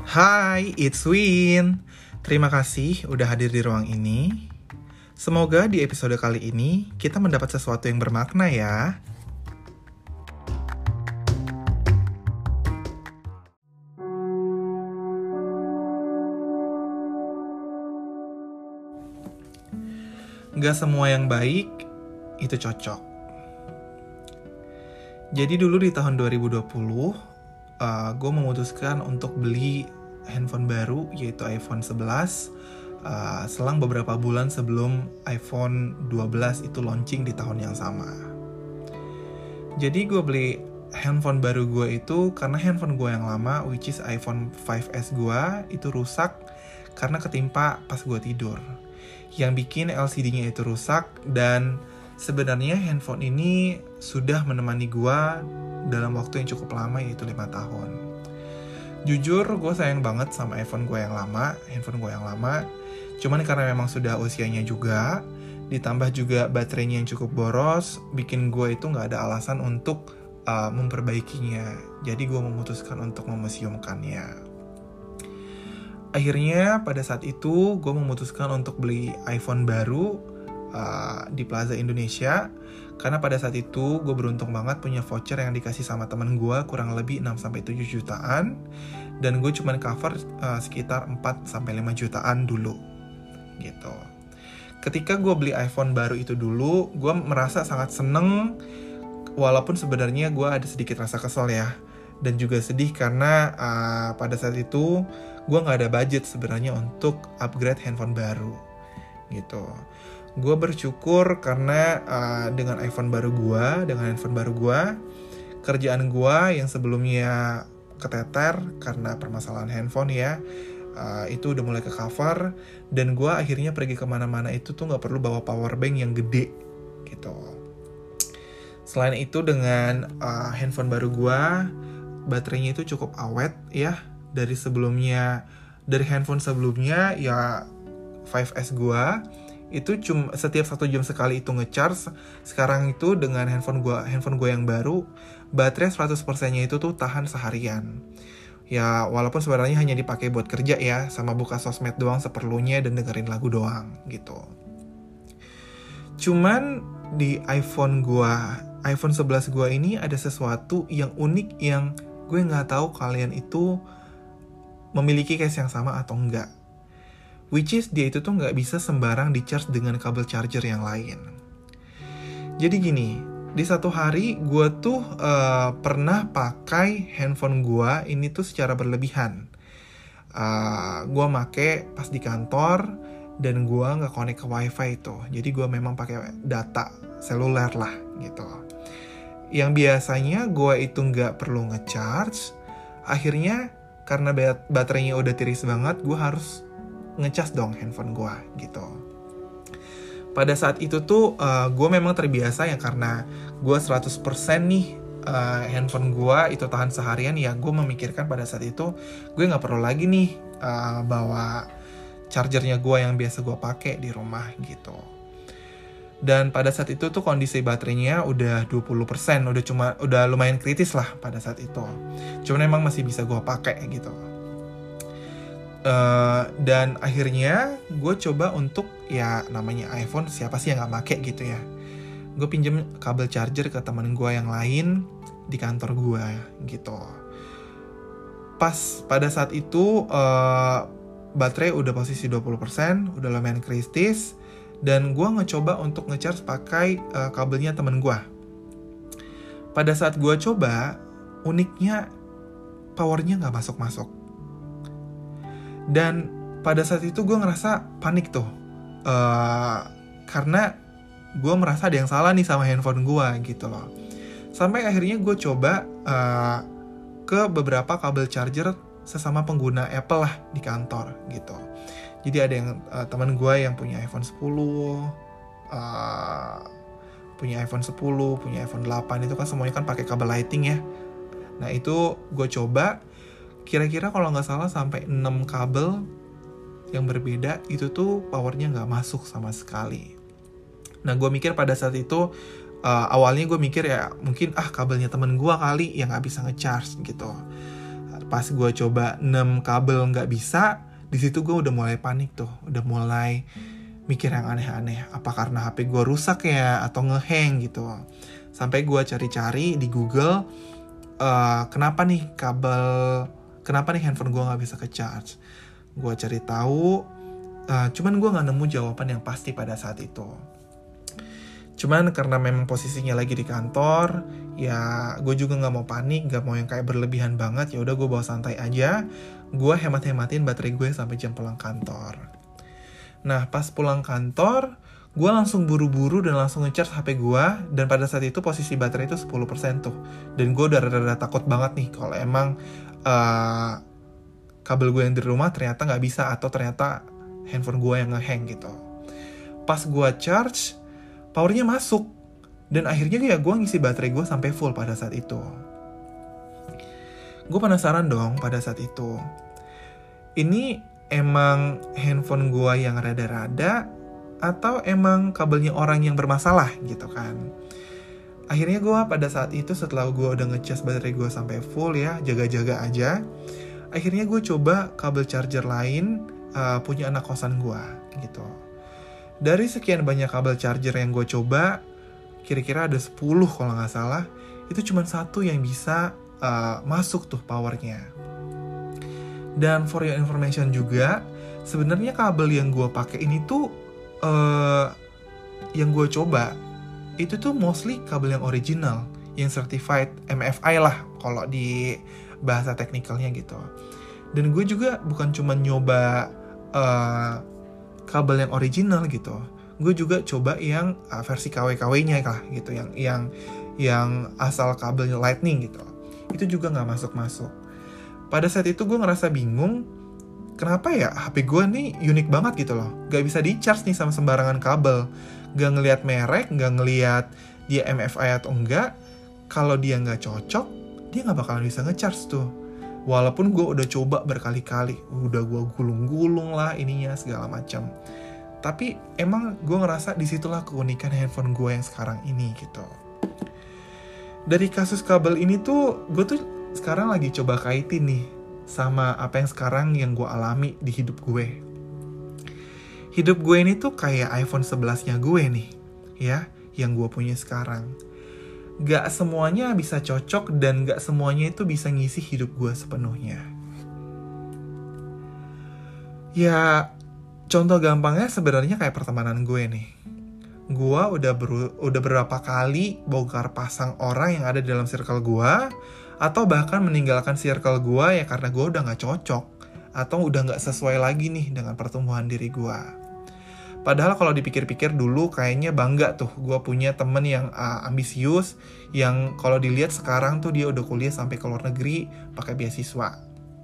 Hai, it's Win. Terima kasih udah hadir di ruang ini. Semoga di episode kali ini kita mendapat sesuatu yang bermakna ya. Gak semua yang baik itu cocok. Jadi dulu di tahun 2020, gue memutuskan untuk beli handphone baru, yaitu iPhone 11, selang beberapa bulan sebelum iPhone 12 itu launching di tahun yang sama. Jadi gue beli handphone baru gue itu karena handphone gue yang lama, which is iPhone 5S gue, itu rusak karena ketimpa pas gue tidur. Yang bikin LCD-nya itu rusak, dan sebenarnya handphone ini sudah menemani gue dalam waktu yang cukup lama, yaitu 5 tahun. Jujur, gue sayang banget sama handphone gue yang lama. Cuman karena memang sudah usianya juga, ditambah juga baterainya yang cukup boros, bikin gue itu gak ada alasan untuk memperbaikinya. Jadi gue memutuskan untuk memuseumkannya. Akhirnya pada saat itu gue memutuskan untuk beli iPhone baru di Plaza Indonesia, karena pada saat itu gue beruntung banget punya voucher yang dikasih sama temen gue kurang lebih 6-7 jutaan, dan gue cuman cover sekitar 4-5 jutaan dulu gitu. Ketika gue beli iPhone baru itu dulu, gue merasa sangat seneng, walaupun sebenarnya gue ada sedikit rasa kesel ya, dan juga sedih karena pada saat itu gue nggak ada budget sebenarnya untuk upgrade handphone baru gitu. Gue bersyukur karena dengan handphone baru gue, kerjaan gue yang sebelumnya keteter karena permasalahan handphone ya, itu udah mulai ke cover, dan gue akhirnya pergi kemana-mana itu tuh nggak perlu bawa power bank yang gede gitu. Selain itu dengan handphone baru gue, baterainya itu cukup awet ya. Dari handphone sebelumnya ya 5S gue itu cuma setiap 1 jam sekali itu ngecharge. Sekarang itu dengan handphone gue yang baru, baterai 100%-nya itu tuh tahan seharian. Ya walaupun sebenarnya hanya dipakai buat kerja ya, sama buka sosmed doang seperlunya dan dengerin lagu doang gitu. Cuman di iPhone 11 gue ini ada sesuatu yang unik yang gue nggak tahu kalian itu memiliki case yang sama atau enggak. Which is dia itu tuh nggak bisa sembarang di-charge dengan kabel charger yang lain. Jadi gini, di satu hari gue tuh pernah pakai handphone gue ini tuh secara berlebihan. Gue make pas di kantor, dan gue nggak connect ke wifi tuh. Jadi gue memang pakai data seluler lah gitu. Yang biasanya gue itu nggak perlu ngecharge, akhirnya karena baterainya udah tiris banget, gue harus ngecas dong handphone gue gitu. Pada saat itu tuh gue memang terbiasa ya, karena gue 100% nih handphone gue itu tahan seharian ya. Gue memikirkan pada saat itu gue gak perlu lagi nih bawa chargernya gue yang biasa gue pakai di rumah gitu. Dan pada saat itu tuh kondisi baterainya udah 20%, udah lumayan kritis lah pada saat itu. Cuman emang masih bisa gue pakai gitu. Dan akhirnya gue coba untuk, ya namanya iPhone, siapa sih yang gak make gitu ya. Gue pinjem kabel charger ke temen gue yang lain di kantor gue gitu. Pas pada saat itu baterai udah posisi 20%, udah lumayan kritis, dan gue ngecoba untuk ngecharge pakai kabelnya temen gue. Pada saat gue coba, uniknya powernya gak masuk-masuk. Dan pada saat itu gue ngerasa panik tuh, karena gue merasa ada yang salah nih sama handphone gue gitu loh. Sampai akhirnya gue coba ke beberapa kabel charger sesama pengguna Apple lah di kantor gitu. Jadi ada yang teman gue yang punya iPhone 10, punya iPhone 10, punya iPhone 8, itu kan semuanya kan pakai kabel lighting ya. Nah itu gue coba, kira-kira kalau nggak salah sampai 6 kabel yang berbeda, itu tuh powernya nggak masuk sama sekali. Nah gue mikir pada saat itu, awalnya gue mikir ya mungkin kabelnya temen gue kali yang nggak bisa ngecharge gitu. Pas gue coba 6 kabel nggak bisa, di situ gue udah mulai panik tuh, udah mulai mikir yang aneh-aneh. Apa karena HP gue rusak ya, atau ngehang gitu. Sampai gue cari-cari di Google, kenapa nih handphone gue nggak bisa ke charge. Gue cari tahu, cuman gue nggak nemu jawaban yang pasti pada saat itu. Cuman karena memang posisinya lagi di kantor, ya gue juga nggak mau panik, nggak mau yang kayak berlebihan banget. Ya udah gue bawa santai aja. Gue hemat-hematin baterai gue sampai jam pulang kantor. Nah pas pulang kantor, gue langsung buru-buru dan langsung nge-charge HP gue. Dan pada saat itu posisi baterai itu 10% tuh. Dan gue udah rada-rada takut banget nih kalau emang kabel gue yang di rumah ternyata nggak bisa, atau ternyata handphone gue yang ngehang gitu. Pas gue charge, powernya masuk, dan akhirnya ya gue ngisi baterai gue sampai full pada saat itu. Gue penasaran dong pada saat itu, ini emang handphone gue yang rada-rada, atau emang kabelnya orang yang bermasalah gitu kan. Akhirnya gue pada saat itu, setelah gue udah ngecas baterai gue sampai full ya, jaga-jaga aja, akhirnya gue coba kabel charger lain punya anak kosan gue gitu. Dari sekian banyak kabel charger yang gue coba, kira-kira ada 10 kalau nggak salah, itu cuma 1 yang bisa masuk tuh powernya. Dan for your information juga, sebenarnya kabel yang gue pakai ini tuh, yang gue coba, itu tuh mostly kabel yang original, yang certified MFI lah kalau di bahasa teknikalnya gitu. Dan gue juga bukan cuma nyoba kabel yang original gitu, gue juga coba yang versi KW-KW-nya lah gitu, yang asal kabelnya lightning gitu, itu juga nggak masuk. Pada saat itu gue ngerasa bingung, kenapa ya HP gue nih unik banget gitu loh, gak bisa di charge nih sama sembarangan kabel, gak ngelihat merek, gak ngelihat dia MFI atau enggak. Kalau dia nggak cocok, dia nggak bakalan bisa ngecharge tuh. Walaupun gue udah coba berkali-kali, udah gue gulung-gulung lah ininya segala macam. Tapi emang gue ngerasa disitulah keunikan handphone gue yang sekarang ini gitu. Dari kasus kabel ini tuh, gue tuh sekarang lagi coba kaitin nih sama apa yang sekarang yang gue alami di hidup gue. Hidup gue ini tuh kayak iPhone 11-nya gue nih, ya, yang gue punya sekarang. Gak semuanya bisa cocok dan gak semuanya itu bisa ngisi hidup gue sepenuhnya. Ya, contoh gampangnya sebenarnya kayak pertemanan gue nih. Gue udah beberapa kali bongkar pasang orang yang ada di dalam circle gue, atau bahkan meninggalkan circle gue ya karena gue udah gak cocok, atau udah gak sesuai lagi nih dengan pertumbuhan diri gue. Padahal kalau dipikir-pikir dulu kayaknya bangga tuh gue punya temen yang ambisius, yang kalau dilihat sekarang tuh dia udah kuliah sampai ke luar negeri pakai beasiswa.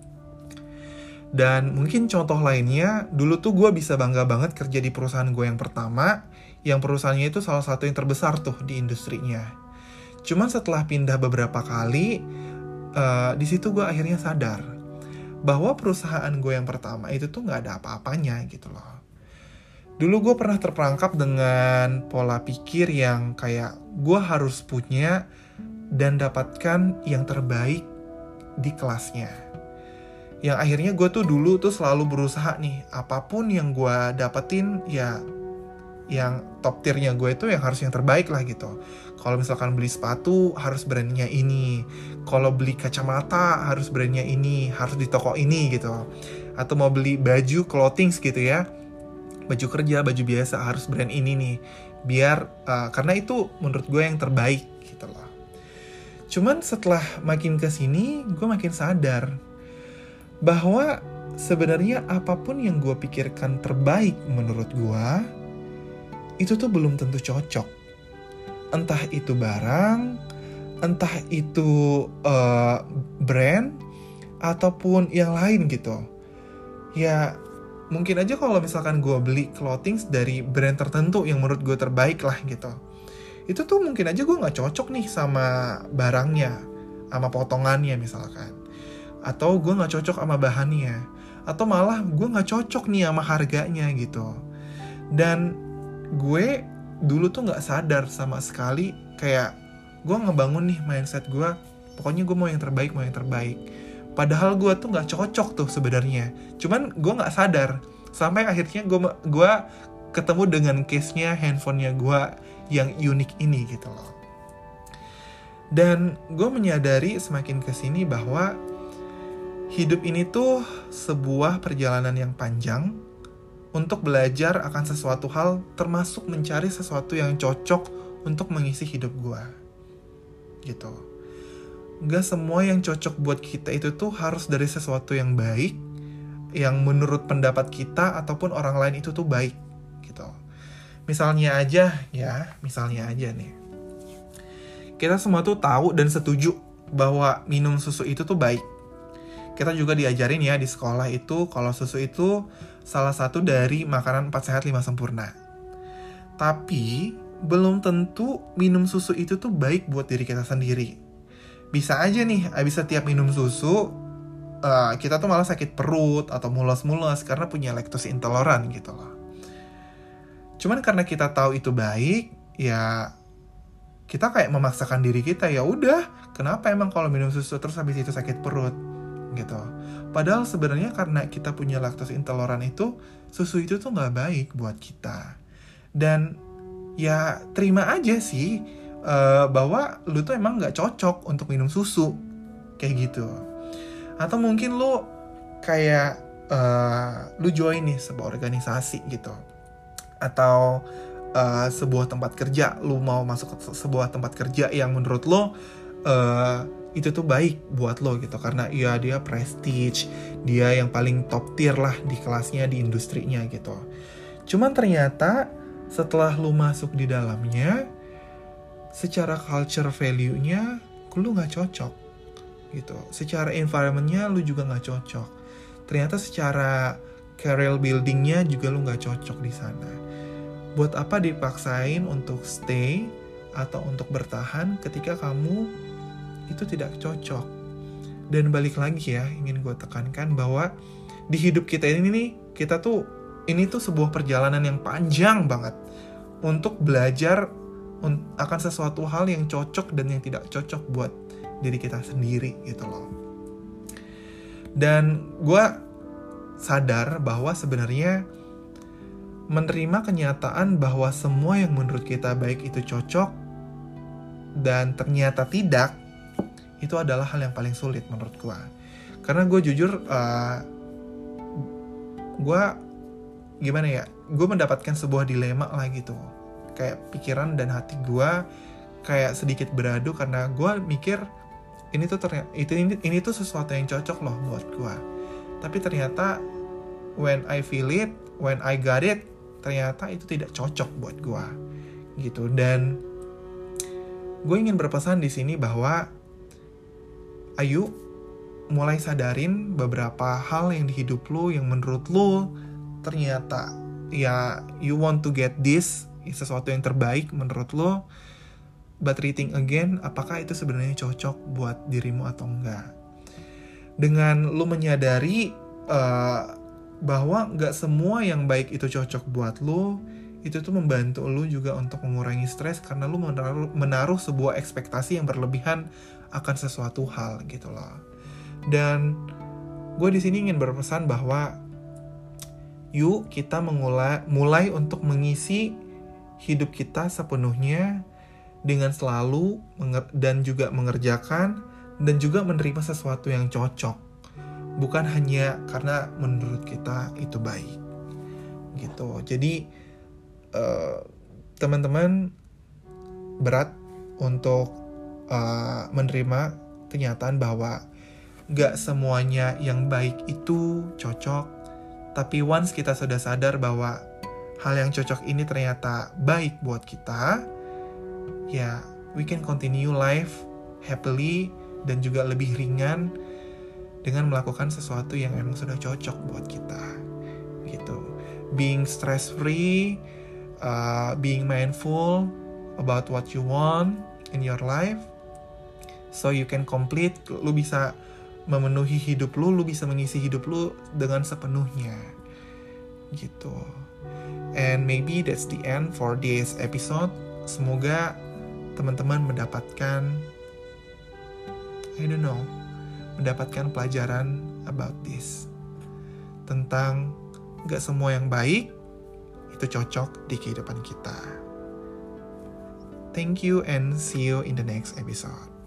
Dan mungkin contoh lainnya, dulu tuh gue bisa bangga banget kerja di perusahaan gue yang pertama, yang perusahaannya itu salah satu yang terbesar tuh di industrinya. Cuman setelah pindah beberapa kali, di situ gue akhirnya sadar bahwa perusahaan gue yang pertama itu tuh nggak ada apa-apanya gitu loh. Dulu gue pernah terperangkap dengan pola pikir yang kayak gue harus punya dan dapatkan yang terbaik di kelasnya. Yang akhirnya gue tuh dulu tuh selalu berusaha nih, apapun yang gue dapetin ya yang top tiernya gue itu yang harus yang terbaik lah gitu. Kalau misalkan beli sepatu harus brandnya ini, kalau beli kacamata harus brandnya ini, harus di toko ini gitu. Atau mau beli baju clothing gitu ya, baju kerja, baju biasa harus brand ini nih, biar karena itu menurut gue yang terbaik gitu loh. Cuman setelah makin kesini, gue makin sadar bahwa sebenarnya apapun yang gue pikirkan terbaik menurut gue, itu tuh belum tentu cocok. Entah itu barang, entah itu brand, ataupun yang lain gitu. Ya mungkin aja kalau misalkan gue beli clothing dari brand tertentu yang menurut gue terbaik lah gitu, itu tuh mungkin aja gue gak cocok nih sama barangnya, sama potongannya misalkan. Atau gue gak cocok sama bahannya, atau malah gue gak cocok nih sama harganya gitu. Dan gue dulu tuh gak sadar sama sekali, kayak gue ngebangun nih mindset gue, pokoknya gue mau yang terbaik. Padahal gue tuh nggak cocok tuh sebenarnya. Cuman gue nggak sadar. Sampai akhirnya gue ketemu dengan case-nya handphonenya gue yang unik ini gitu loh. Dan gue menyadari semakin kesini bahwa hidup ini tuh sebuah perjalanan yang panjang untuk belajar akan sesuatu hal, termasuk mencari sesuatu yang cocok untuk mengisi hidup gue. Gitu. Gak semua yang cocok buat kita itu tuh harus dari sesuatu yang baik, yang menurut pendapat kita ataupun orang lain itu tuh baik. Gitu. Misalnya aja nih. Kita semua tuh tahu dan setuju bahwa minum susu itu tuh baik. Kita juga diajarin ya di sekolah itu kalau susu itu salah satu dari makanan 4 sehat 5 sempurna. Tapi belum tentu minum susu itu tuh baik buat diri kita sendiri. Bisa aja nih abis setiap minum susu kita tuh malah sakit perut atau mules-mules karena punya lactose intoleran gitu loh. Cuman karena kita tahu itu baik, ya kita kayak memaksakan diri kita, ya udah, kenapa emang kalau minum susu terus habis itu sakit perut gitu. Padahal sebenarnya karena kita punya lactose intoleran itu, susu itu tuh nggak baik buat kita. Dan ya terima aja sih bahwa lu tuh emang nggak cocok untuk minum susu kayak gitu. Atau mungkin lu kayak lu join nih sebuah organisasi gitu, atau sebuah tempat kerja, lu mau masuk ke sebuah tempat kerja yang menurut lo itu tuh baik buat lo gitu, karena ya dia prestige, dia yang paling top tier lah di kelasnya, di industrinya gitu. Cuman ternyata setelah lu masuk di dalamnya, secara culture value-nya lu gak cocok gitu. Secara environment-nya lu juga gak cocok. Ternyata secara career building-nya juga lu gak cocok di sana. Buat apa dipaksain untuk stay atau untuk bertahan ketika kamu itu tidak cocok? Dan balik lagi ya, ingin gue tekankan bahwa di hidup kita ini nih, ini tuh sebuah perjalanan yang panjang banget untuk belajar akan sesuatu hal yang cocok dan yang tidak cocok buat diri kita sendiri gitu loh. Dan gue sadar bahwa sebenarnya menerima kenyataan bahwa semua yang menurut kita baik itu cocok dan ternyata tidak, itu adalah hal yang paling sulit menurut gue. Karena gue jujur, gue mendapatkan sebuah dilema lah gitu. Kayak pikiran dan hati gue kayak sedikit beradu karena gue mikir ini tuh sesuatu yang cocok loh buat gue. Tapi ternyata when I feel it, when I got it, ternyata itu tidak cocok buat gue gitu. Dan gue ingin berpesan di sini bahwa ayo mulai sadarin beberapa hal yang di hidup lo yang menurut lo ternyata ya you want to get this, sesuatu yang terbaik menurut lo, but rethink again apakah itu sebenarnya cocok buat dirimu atau enggak. Dengan lo menyadari bahwa nggak semua yang baik itu cocok buat lo, itu tuh membantu lo juga untuk mengurangi stres karena lo menaruh sebuah ekspektasi yang berlebihan akan sesuatu hal gitu loh. Dan gue di sini ingin berpesan bahwa yuk kita mulai untuk mengisi hidup kita sepenuhnya dengan selalu dan juga mengerjakan dan juga menerima sesuatu yang cocok, bukan hanya karena menurut kita itu baik gitu. Jadi teman-teman berat untuk menerima kenyataan bahwa gak semuanya yang baik itu cocok. Tapi once kita sudah sadar bahwa hal yang cocok ini ternyata baik buat kita, ya we can continue life happily dan juga lebih ringan dengan melakukan sesuatu yang memang sudah cocok buat kita gitu. Being stress free, being mindful about what you want in your life, so you can complete, lu bisa memenuhi hidup lu bisa mengisi hidup lu dengan sepenuhnya gitu. And maybe that's the end for this episode. Semoga teman-teman mendapatkan mendapatkan pelajaran about this. Tentang gak semua yang baik itu cocok di kehidupan kita. Thank you and see you in the next episode.